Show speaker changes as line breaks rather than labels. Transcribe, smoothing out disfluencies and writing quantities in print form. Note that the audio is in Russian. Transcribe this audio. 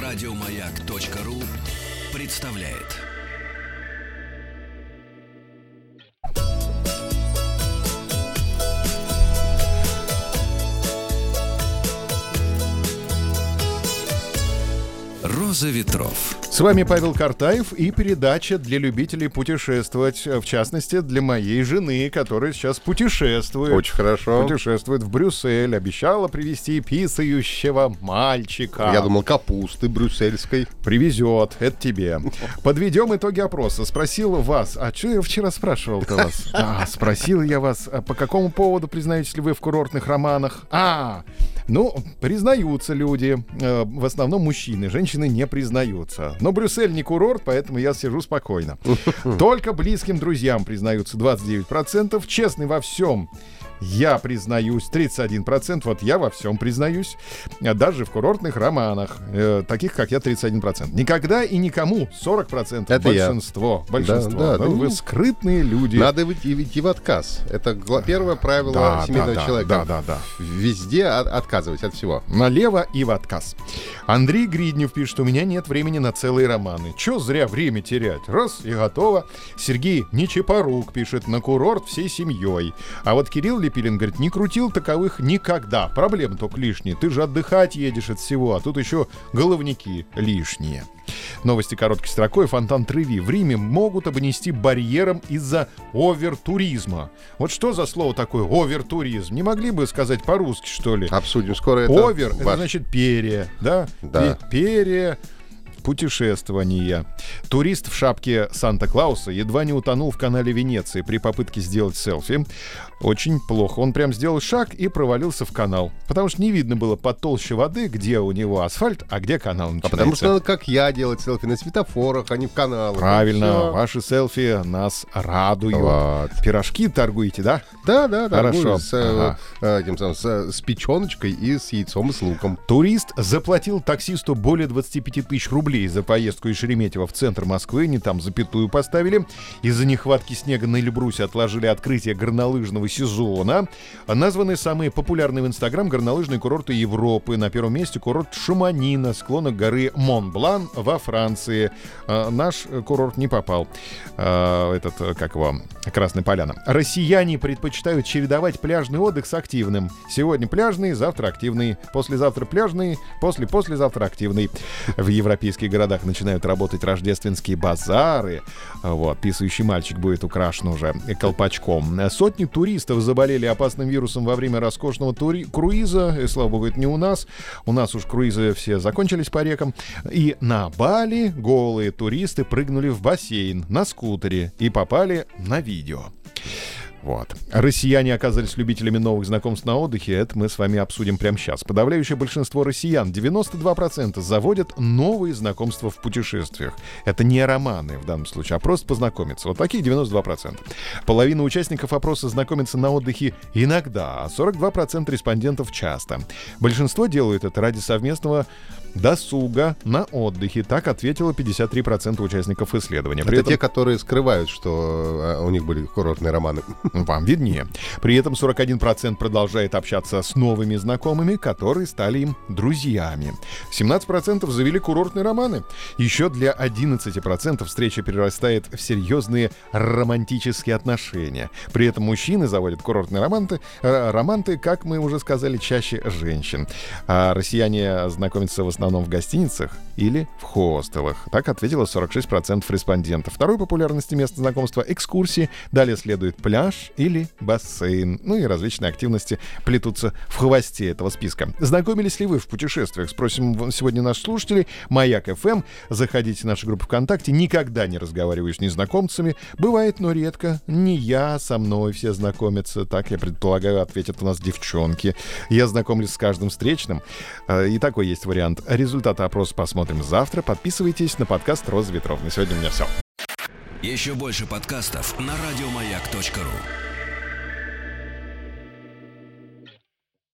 Радиомаяк.ру представляет. «Роза ветров».
С вами Павел Картаев и передача для любителей путешествовать. В частности, для моей жены, которая сейчас путешествует.
Очень хорошо.
Путешествует в Брюссель. Обещала привезти писающего мальчика.
Я думал, капусты брюссельской.
Привезет. Это тебе. Подведем итоги опроса. Спросил вас. А что я вчера спрашивал-то вас? Спросил я вас, по какому поводу признаетесь ли вы в курортных романах? Признаются люди. В основном мужчины. Женщины не признаются. Но Брюссель не курорт, поэтому я сижу спокойно. Только близким друзьям признаются 29%. Честный во всем я признаюсь 31%. Вот я во всем признаюсь. Даже в курортных романах. Таких, как я, 31%. Никогда и никому 40%. Это большинство.
Я.
Большинство.
Да,
вы скрытные люди.
Надо идти в отказ. Это первое правило семейного человека.
Да.
Везде отказывать от всего.
Налево и в отказ. Андрей Гриднев пишет: у меня нет времени на целые романы. Чё зря время терять? Раз и готово. Сергей Нечипорук пишет: на курорт всей семьей. А вот Кирилл Лепилин говорит: не крутил таковых никогда. Проблемы только лишние. Ты же отдыхать едешь от всего, а тут еще головники лишние. Новости короткой строкой. Фонтан Треви в Риме могут обнести барьером из-за овертуризма. Вот что за слово такое овертуризм? Не могли бы сказать по-русски, что ли?
Обсудим скоро это.
Овер — это значит перья, да?
Да.
Перья. Путешествование. Турист в шапке Санта-Клауса едва не утонул в канале Венеции при попытке сделать селфи. Очень плохо. Он прям сделал шаг и провалился в канал. Потому что не видно было под толще воды, где у него асфальт, а где канал начинается.
Потому что надо, как я, делать селфи на светофорах, а не в каналах.
Правильно. Ваши селфи нас радуют. Вот. Пирожки торгуете, да?
Да.
Хорошо.
С печеночкой и с яйцом и с луком.
Турист заплатил таксисту более 25 тысяч рублей за поездку из Шереметьево в центр Москвы. Не там запятую поставили. Из-за нехватки снега на Эльбрусе отложили открытие горнолыжного сезона. Названы самые популярные в Инстаграм горнолыжные курорты Европы. На первом месте курорт Шумани на склонах горы Монблан во Франции. Наш курорт не попал. Красная Поляна. Россияне предпочитают чередовать пляжный отдых с активным. Сегодня пляжный, завтра активный. Послезавтра пляжный, послезавтра активный. В европейских городах начинают работать рождественские базары. Писающий мальчик будет украшен уже колпачком. Сотни туристов заболели опасным вирусом во время роскошного круиза. И, слава богу, это не у нас. У нас уж круизы все закончились по рекам. И на Бали голые туристы прыгнули в бассейн на скутере и попали на видео. Россияне оказались любителями новых знакомств на отдыхе. Это мы с вами обсудим прямо сейчас. Подавляющее большинство россиян, 92%, заводят новые знакомства в путешествиях. Это не романы в данном случае, а просто познакомиться. Вот такие 92%. Половина участников опроса знакомится на отдыхе иногда, а 42% респондентов часто. Большинство делают это ради совместного досуга на отдыхе. Так ответило 53% участников исследования.
Это те, которые скрывают, что у них были курортные романы.
Вам виднее. При этом 41% продолжает общаться с новыми знакомыми, которые стали им друзьями. 17% завели курортные романы. Еще для 11% встреча перерастает в серьезные романтические отношения. При этом мужчины заводят курортные романты, как мы уже сказали, чаще женщин. А россияне знакомятся в основном в гостиницах или в хостелах. Так ответило 46% респондентов. Второй популярности место знакомства — экскурсии. Далее следует пляж или бассейн. И различные активности плетутся в хвосте этого списка. Знакомились ли вы в путешествиях? Спросим сегодня наших слушателей. Маяк ФМ. Заходите в нашу группу ВКонтакте. Никогда не разговариваю с незнакомцами. Бывает, но редко. Не я, со мной все знакомятся. Так, я предполагаю, ответят у нас девчонки. Я знакомлюсь с каждым встречным. И такой есть вариант. Результаты опроса посмотрим завтра. Подписывайтесь на подкаст «Роза ветров». На сегодня у меня все.
Еще больше подкастов на радиомаяк.ру.